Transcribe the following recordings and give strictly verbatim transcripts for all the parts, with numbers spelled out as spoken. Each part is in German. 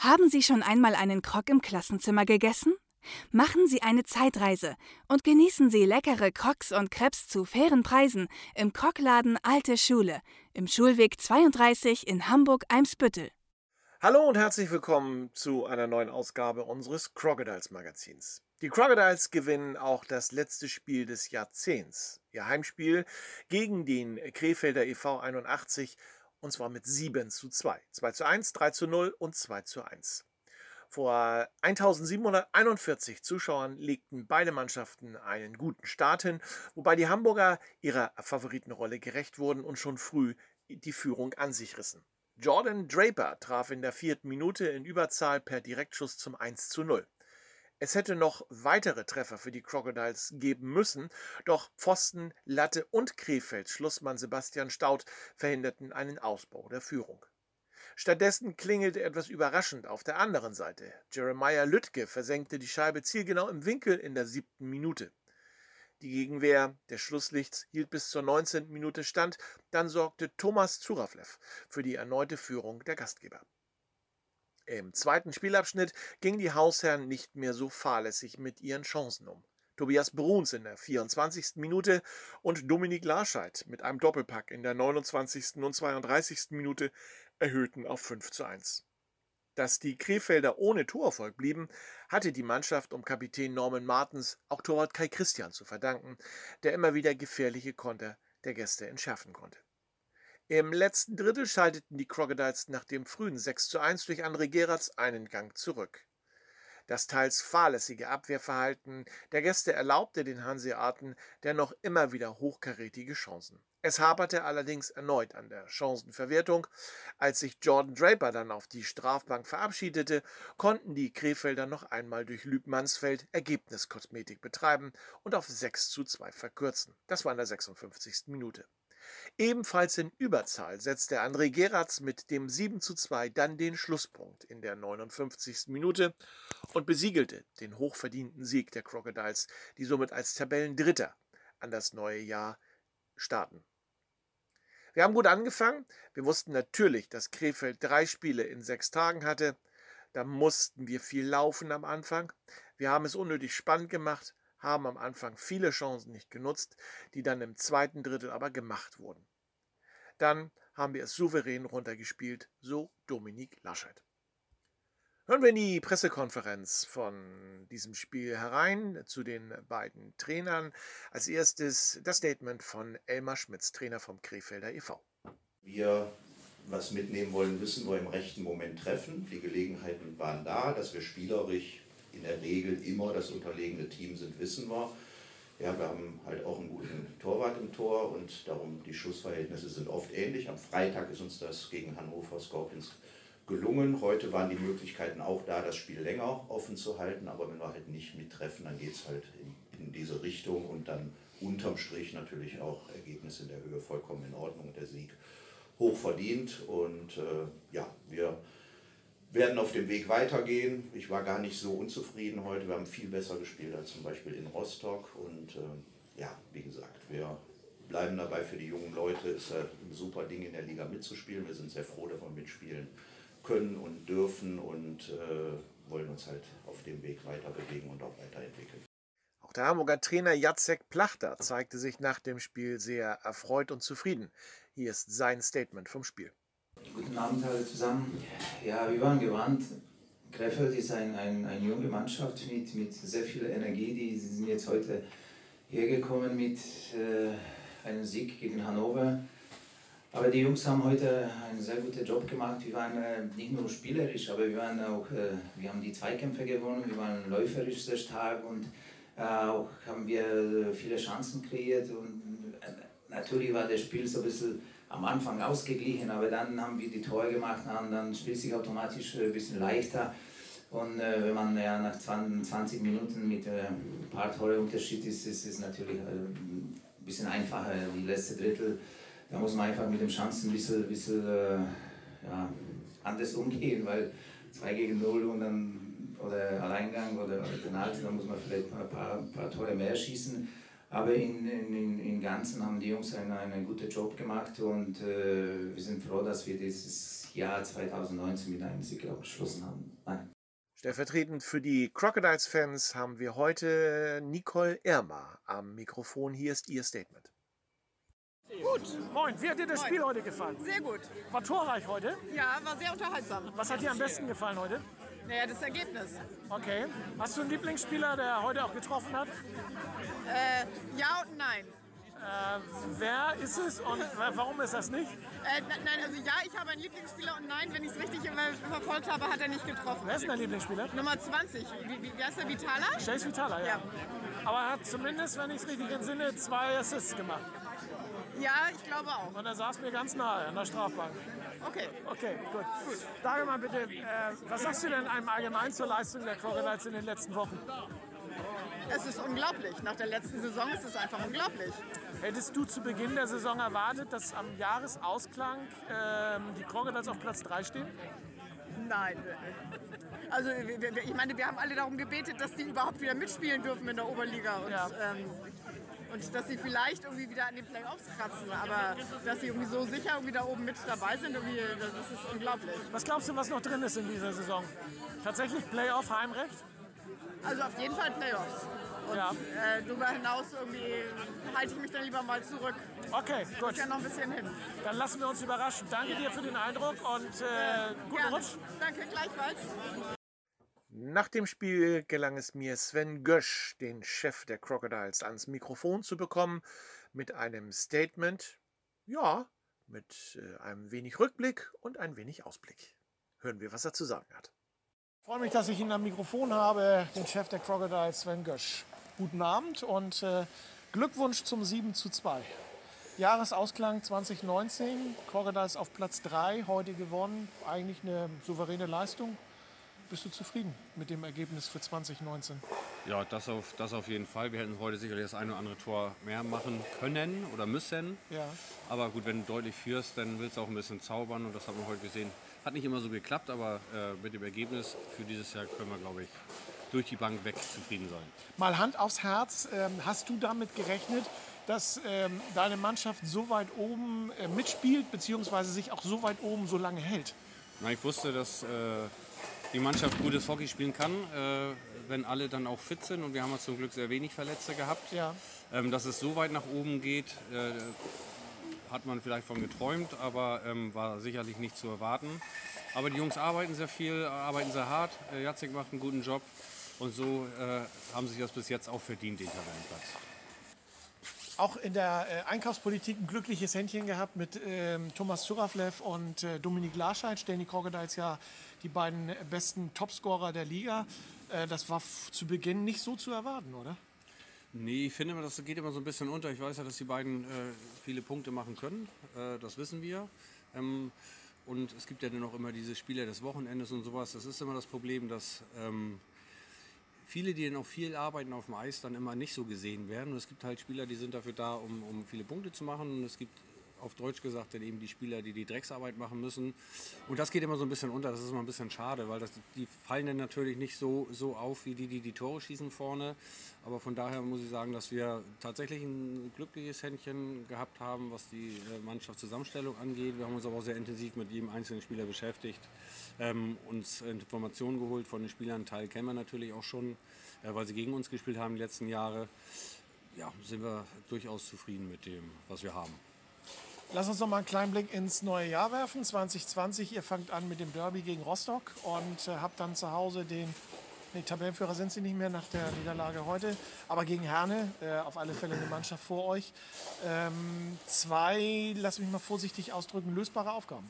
Haben Sie schon einmal einen Krog im Klassenzimmer gegessen? Machen Sie eine Zeitreise und genießen Sie leckere Crocs und Crepes zu fairen Preisen im Krogladen Alte Schule im Schulweg zweiunddreißig in Hamburg-Eimsbüttel. Hallo und herzlich willkommen zu einer neuen Ausgabe unseres Crocodiles Magazins. Die Crocodiles gewinnen auch das letzte Spiel des Jahrzehnts, ihr Heimspiel gegen den Krefelder E V einundachtzig, und zwar mit sieben zu zwei. zwei zu eins, drei zu null und zwei zu eins. Vor eintausendsiebenhunderteinundvierzig Zuschauern legten beide Mannschaften einen guten Start hin, wobei die Hamburger ihrer Favoritenrolle gerecht wurden und schon früh die Führung an sich rissen. Jordan Draper traf in der vierten Minute in Überzahl per Direktschuss zum eins zu null. Es hätte noch weitere Treffer für die Crocodiles geben müssen, doch Pfosten, Latte und Krefelds Schlussmann Sebastian Staudt verhinderten einen Ausbau der Führung. Stattdessen klingelte etwas überraschend auf der anderen Seite. Jeremiah Lüttke versenkte die Scheibe zielgenau im Winkel in der siebten Minute. Die Gegenwehr des Schlusslichts hielt bis zur neunzehnten Minute stand, dann sorgte Thomas Zuraflev für die erneute Führung der Gastgeber. Im zweiten Spielabschnitt gingen die Hausherren nicht mehr so fahrlässig mit ihren Chancen um. Tobias Bruns in der vierundzwanzigsten Minute und Dominik Larscheid mit einem Doppelpack in der neunundzwanzigsten und zweiunddreißigsten Minute erhöhten auf fünf zu eins. Dass die Krefelder ohne Torerfolg blieben, hatte die Mannschaft um Kapitän Norman Martens auch Torwart Kai Christian zu verdanken, der immer wieder gefährliche Konter der Gäste entschärfen konnte. Im letzten Drittel schalteten die Crocodiles nach dem frühen sechs zu eins durch André Geratz einen Gang zurück. Das teils fahrlässige Abwehrverhalten der Gäste erlaubte den Hanseaten dennoch immer wieder hochkarätige Chancen. Es haperte allerdings erneut an der Chancenverwertung. Als sich Jordan Draper dann auf die Strafbank verabschiedete, konnten die Krefelder noch einmal durch Luc Mansfeld Ergebniskosmetik betreiben und auf sechs zu zwei verkürzen. Das war in der sechsundfünfzigsten Minute. Ebenfalls in Überzahl setzte André Geratz mit dem sieben zu zwei dann den Schlusspunkt in der neunundfünfzigsten Minute und besiegelte den hochverdienten Sieg der Crocodiles, die somit als Tabellendritter an das neue Jahr starten. Wir haben gut angefangen. Wir wussten natürlich, dass Krefeld drei Spiele in sechs Tagen hatte. Da mussten wir viel laufen am Anfang. Wir haben es unnötig spannend gemacht, haben am Anfang viele Chancen nicht genutzt, die dann im zweiten Drittel aber gemacht wurden. Dann haben wir es souverän runtergespielt, so Dominik Larscheid. Hören wir in die Pressekonferenz von diesem Spiel herein zu den beiden Trainern. Als erstes das Statement von Elmar Schmitz, Trainer vom Krefelder E V. Wir was mitnehmen wollen, müssen wir im rechten Moment treffen. Die Gelegenheiten waren da, dass wir spielerisch in der Regel immer das unterlegene Team sind, wissen wir. Ja, wir haben halt auch einen guten Torwart im Tor und darum die Schussverhältnisse sind oft ähnlich. Am Freitag ist uns das gegen Hannover Scorpions gelungen. Heute waren die Möglichkeiten auch da, das Spiel länger offen zu halten, aber wenn wir halt nicht mittreffen, dann geht es halt in, in diese Richtung und dann unterm Strich natürlich auch Ergebnis in der Höhe vollkommen in Ordnung, der Sieg hoch verdient und äh, ja, wir werden auf dem Weg weitergehen. Ich war gar nicht so unzufrieden heute. Wir haben viel besser gespielt als zum Beispiel in Rostock. Und äh, ja, wie gesagt, wir bleiben dabei für die jungen Leute. Es ist ein super Ding, in der Liga mitzuspielen. Wir sind sehr froh, dass wir mitspielen können und dürfen und äh, wollen uns halt auf dem Weg weiter bewegen und auch weiterentwickeln. Auch der Hamburger Trainer Jacek Plachter zeigte sich nach dem Spiel sehr erfreut und zufrieden. Hier ist sein Statement vom Spiel. Guten Abend alle zusammen. Ja, wir waren gewarnt. Krefeld ist ein, ein, eine junge Mannschaft mit, mit sehr viel Energie. Die sind jetzt heute hergekommen mit äh, einem Sieg gegen Hannover. Aber die Jungs haben heute einen sehr guten Job gemacht. Wir waren äh, nicht nur spielerisch, aber wir, waren auch, äh, wir haben die Zweikämpfe gewonnen. Wir waren läuferisch sehr stark und äh, auch haben wir viele Chancen kreiert. Und äh, natürlich war das Spiel so ein bisschen am Anfang ausgeglichen, aber dann haben wir die Tore gemacht und dann spielt es sich automatisch ein bisschen leichter. Und äh, wenn man ja nach zwanzig Minuten mit äh, ein paar Tore Unterschied ist, ist es natürlich äh, ein bisschen einfacher, die letzte Drittel. Da muss man einfach mit den Chancen ein bisschen, bisschen äh, ja, anders umgehen, weil zwei gegen null und dann, oder Alleingang oder Penalty, dann muss man vielleicht ein paar, paar Tore mehr schießen. Aber in, in, in Ganzen haben die Jungs einen, einen guten Job gemacht und äh, wir sind froh, dass wir dieses Jahr zwanzig neunzehn mit einem Sieg abgeschlossen haben. Nein. Stellvertretend für die Crocodiles-Fans haben wir heute Nicole Irmer am Mikrofon. Hier ist ihr Statement. Gut, moin. Wie hat dir das Moin. Spiel heute gefallen? Sehr gut. War torreich heute? Ja, war sehr unterhaltsam. Was hat dir am besten gefallen heute? Naja, das Ergebnis. Okay. Hast du einen Lieblingsspieler, der heute auch getroffen hat? Äh, ja und nein. Äh, wer ist es und warum ist das nicht? Äh, nein, also ja, ich habe einen Lieblingsspieler und nein, wenn ich es richtig immer verfolgt habe, hat er nicht getroffen. Wer ist denn dein Lieblingsspieler? Nummer zwanzig. Wie, wie, wie heißt der? Vitala? Chase Vitala, ja. Ja. Aber er hat zumindest, wenn ich es richtig entsinne, zwei Assists gemacht. Ja, ich glaube auch. Und er saß mir ganz nahe an der Strafbank. Okay. Okay, gut. Sage mal bitte, äh, was sagst du denn einem allgemein zur Leistung der Crocodiles in den letzten Wochen? Es ist unglaublich. Nach der letzten Saison ist es einfach unglaublich. Hättest du zu Beginn der Saison erwartet, dass am Jahresausklang ähm, die Crocodiles auf Platz drei stehen? Nein. Also wir- wir- ich meine, wir haben alle darum gebetet, dass die überhaupt wieder mitspielen dürfen in der Oberliga. Und, Ja. ähm, und dass sie vielleicht irgendwie wieder an den Playoffs kratzen. Aber dass sie irgendwie so sicher irgendwie da oben mit dabei sind, irgendwie, das ist unglaublich. Was glaubst du, was noch drin ist in dieser Saison? Tatsächlich Playoff, Heimrecht? Also auf jeden Fall Playoffs. Und Ja. äh, darüber hinaus irgendwie halte ich mich dann lieber mal zurück. Okay, gut. Ist ja noch ein bisschen hin. Dann lassen wir uns überraschen. Danke dir für den Eindruck und äh, guten Gerne. Rutsch. Danke, gleichfalls. Nach dem Spiel gelang es mir, Sven Gösch, den Chef der Crocodiles, ans Mikrofon zu bekommen mit einem Statement, ja, mit äh, einem wenig Rückblick und ein wenig Ausblick. Hören wir, was er zu sagen hat. Ich freue mich, dass ich ihn am Mikrofon habe, den Chef der Crocodiles, Sven Gösch. Guten Abend und äh, Glückwunsch zum sieben zu zwei. Jahresausklang zwanzig neunzehn, Crocodiles auf Platz drei, heute gewonnen. Eigentlich eine souveräne Leistung. Bist du zufrieden mit dem Ergebnis für zwanzig neunzehn? Ja, das auf, das auf jeden Fall. Wir hätten heute sicherlich das eine oder andere Tor mehr machen können oder müssen. Ja. Aber gut, wenn du deutlich führst, dann willst du auch ein bisschen zaubern. Und das haben wir heute gesehen. Hat nicht immer so geklappt, aber äh, mit dem Ergebnis für dieses Jahr können wir, glaube ich, durch die Bank weg zufrieden sein. Mal Hand aufs Herz, ähm, hast du damit gerechnet, dass ähm, deine Mannschaft so weit oben äh, mitspielt, beziehungsweise sich auch so weit oben so lange hält? Na, ich wusste, dass äh, die Mannschaft gutes Hockey spielen kann, äh, wenn alle dann auch fit sind. Und wir haben ja zum Glück sehr wenig Verletzte gehabt. Ja. Ähm, dass es so weit nach oben geht, äh, hat man vielleicht von geträumt, aber ähm, war sicherlich nicht zu erwarten. Aber die Jungs arbeiten sehr viel, arbeiten sehr hart. Äh, Jacek macht einen guten Job und so äh, haben sich das bis jetzt auch verdient, den Tabellenplatz. Auch in der äh, Einkaufspolitik ein glückliches Händchen gehabt mit ähm, Thomas Zuraflev und äh, Dominik Larscheid. Stellen die Crocodiles ja die beiden besten Topscorer der Liga. Äh, das war f- zu Beginn nicht so zu erwarten, oder? Nee, ich finde, das geht immer so ein bisschen unter. Ich weiß ja, dass die beiden äh, viele Punkte machen können. Äh, das wissen wir. Ähm, und es gibt ja dann auch immer diese Spieler des Wochenendes und sowas. Das ist immer das Problem, dass ähm, viele, die dann auch viel arbeiten auf dem Eis, dann immer nicht so gesehen werden. Und es gibt halt Spieler, die sind dafür da, um, um viele Punkte zu machen. Und es gibt auf Deutsch gesagt dann eben die Spieler, die die Drecksarbeit machen müssen. Und das geht immer so ein bisschen unter. Das ist immer ein bisschen schade, weil das, die fallen dann natürlich nicht so, so auf wie die, die die Tore schießen vorne. Aber von daher muss ich sagen, dass wir tatsächlich ein glückliches Händchen gehabt haben, was die äh, Mannschaftszusammenstellung angeht. Wir haben uns aber auch sehr intensiv mit jedem einzelnen Spieler beschäftigt, ähm, uns Informationen geholt von den Spielern. Einen Teil kennen wir natürlich auch schon, äh, weil sie gegen uns gespielt haben die letzten Jahre. Ja, sind wir durchaus zufrieden mit dem, was wir haben. Lass uns noch mal einen kleinen Blick ins neue Jahr werfen. zwanzig zwanzig, ihr fangt an mit dem Derby gegen Rostock und äh, habt dann zu Hause den, nee, Tabellenführer sind sie nicht mehr nach der Niederlage heute, aber gegen Herne, äh, auf alle Fälle eine Mannschaft vor euch. Ähm, zwei, lass mich mal vorsichtig ausdrücken, lösbare Aufgaben.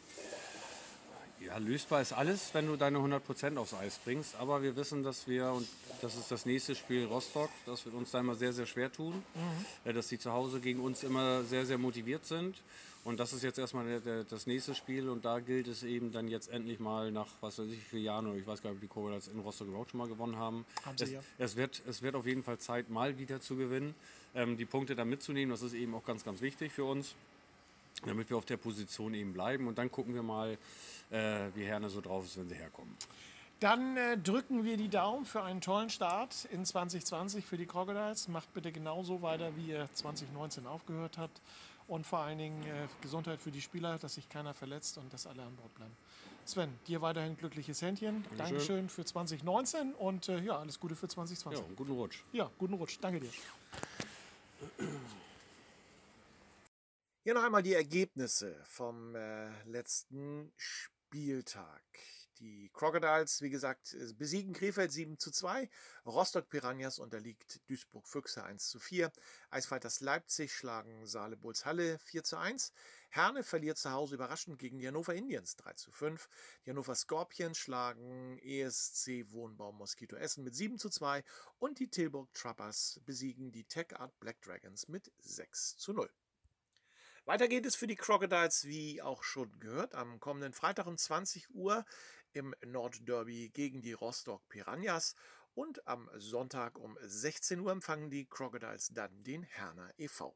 Ja, lösbar ist alles, wenn du deine hundert Prozent aufs Eis bringst. Aber wir wissen, dass wir, und das ist das nächste Spiel Rostock, das wird uns da immer sehr, sehr schwer tun. Mhm. Dass die zu Hause gegen uns immer sehr, sehr motiviert sind. Und das ist jetzt erstmal der, der, das nächste Spiel. Und da gilt es eben dann jetzt endlich mal nach, was weiß ich, wie vielen Jahren, oder ich weiß gar nicht, ob die Crocodiles in Rostock überhaupt schon mal gewonnen haben. Haben sie, es, ja. es, wird, es wird auf jeden Fall Zeit, mal wieder zu gewinnen. Ähm, die Punkte da mitzunehmen, das ist eben auch ganz, ganz wichtig für uns, damit wir auf der Position eben bleiben. Und dann gucken wir mal, äh, wie Herne so drauf ist, wenn sie herkommen. Dann äh, drücken wir die Daumen für einen tollen Start in zwanzig zwanzig für die Crocodiles. Macht bitte genauso weiter, wie ihr zwanzig neunzehn aufgehört habt. Und vor allen Dingen äh, Gesundheit für die Spieler, dass sich keiner verletzt und dass alle an Bord bleiben. Sven, dir weiterhin glückliches Händchen. Dankeschön, Dankeschön für zwanzig neunzehn und äh, ja, alles Gute für zwanzig zwanzig. Ja, einen guten Rutsch. Ja, guten Rutsch. Danke dir. Hier noch einmal die Ergebnisse vom äh, letzten Spieltag. Die Crocodiles, wie gesagt, besiegen Krefeld sieben zu zwei. Rostock Piranhas unterliegt Duisburg Füchse eins zu vier. Eisfighters Leipzig schlagen Saale Bulls Halle vier zu eins. Herne verliert zu Hause überraschend gegen die Hannover Indians drei zu fünf. Die Hannover Scorpions schlagen E S C Wohnbau Moskito Essen mit sieben zu zwei. Und die Tilburg Trappers besiegen die Tech Art Black Dragons mit sechs zu null. Weiter geht es für die Crocodiles, wie auch schon gehört, am kommenden Freitag um zwanzig Uhr im Nordderby gegen die Rostock Piranhas und am Sonntag um sechzehn Uhr empfangen die Crocodiles dann den Herner e V.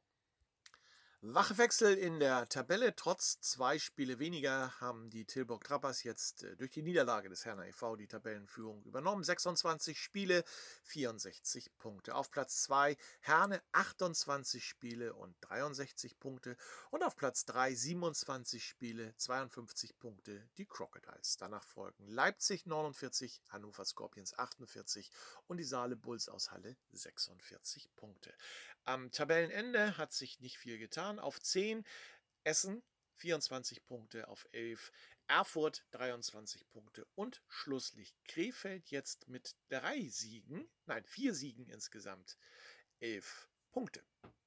Wachwechsel in der Tabelle. Trotz zwei Spiele weniger haben die Tilburg Trappers jetzt durch die Niederlage des Herner e V die Tabellenführung übernommen. sechsundzwanzig Spiele, vierundsechzig Punkte. Auf Platz zwei Herne achtundzwanzig Spiele und dreiundsechzig Punkte. Und auf Platz drei siebenundzwanzig Spiele, zweiundfünfzig Punkte, die Crocodiles. Danach folgen Leipzig neunundvierzig, Hannover Scorpions achtundvierzig und die Saale Bulls aus Halle sechsundvierzig Punkte. Am Tabellenende hat sich nicht viel getan. Auf zehn Essen vierundzwanzig Punkte, auf elf Erfurt dreiundzwanzig Punkte und Schlusslicht Krefeld jetzt mit drei Siegen, nein vier Siegen insgesamt, elf Punkte.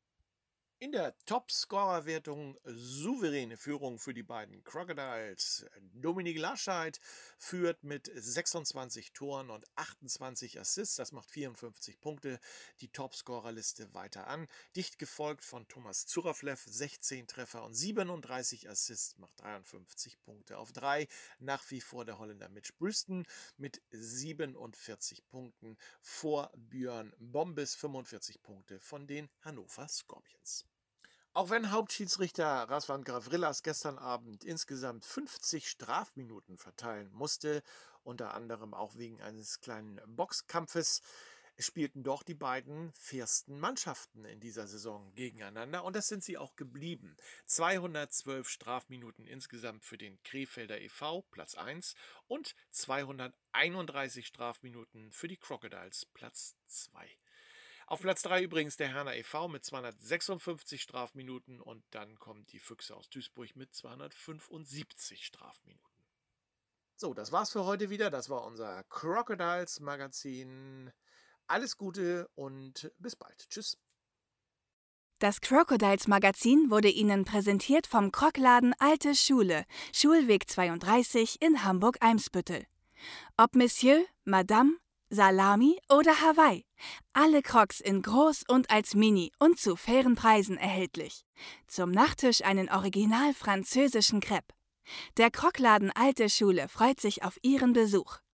In der Top-Scorer-Wertung souveräne Führung für die beiden Crocodiles. Dominik Lascheid führt mit sechsundzwanzig Toren und achtundzwanzig Assists, das macht vierundfünfzig Punkte, die Top-Scorer-Liste weiter an. Dicht gefolgt von Thomas Zuraflev, sechzehn Treffer und siebenunddreißig Assists, macht dreiundfünfzig Punkte. Auf drei nach wie vor der Holländer Mitch Brüsten mit siebenundvierzig Punkten vor Björn Bombes, fünfundvierzig Punkte von den Hannover Scorpions. Auch wenn Hauptschiedsrichter Razvan Gavrilas gestern Abend insgesamt fünfzig Strafminuten verteilen musste, unter anderem auch wegen eines kleinen Boxkampfes, spielten doch die beiden fairsten Mannschaften in dieser Saison gegeneinander und das sind sie auch geblieben. zweihundertzwölf Strafminuten insgesamt für den Krefelder e V, Platz eins, und zweihunderteinunddreißig Strafminuten für die Crocodiles, Platz zwei. Auf Platz drei übrigens der Herner e V mit zweihundertsechsundfünfzig Strafminuten und dann kommen die Füchse aus Duisburg mit zweihundertfünfundsiebzig Strafminuten. So, das war's für heute wieder. Das war unser Crocodiles Magazin. Alles Gute und bis bald. Tschüss. Das Crocodiles Magazin wurde Ihnen präsentiert vom Crocladen Alte Schule, Schulweg zweiunddreißig in Hamburg-Eimsbüttel. Ob Monsieur, Madame, Salami oder Hawaii. Alle Crocs in groß und als Mini und zu fairen Preisen erhältlich. Zum Nachtisch einen original französischen Crepe. Der Crocladen Alte Schule freut sich auf Ihren Besuch.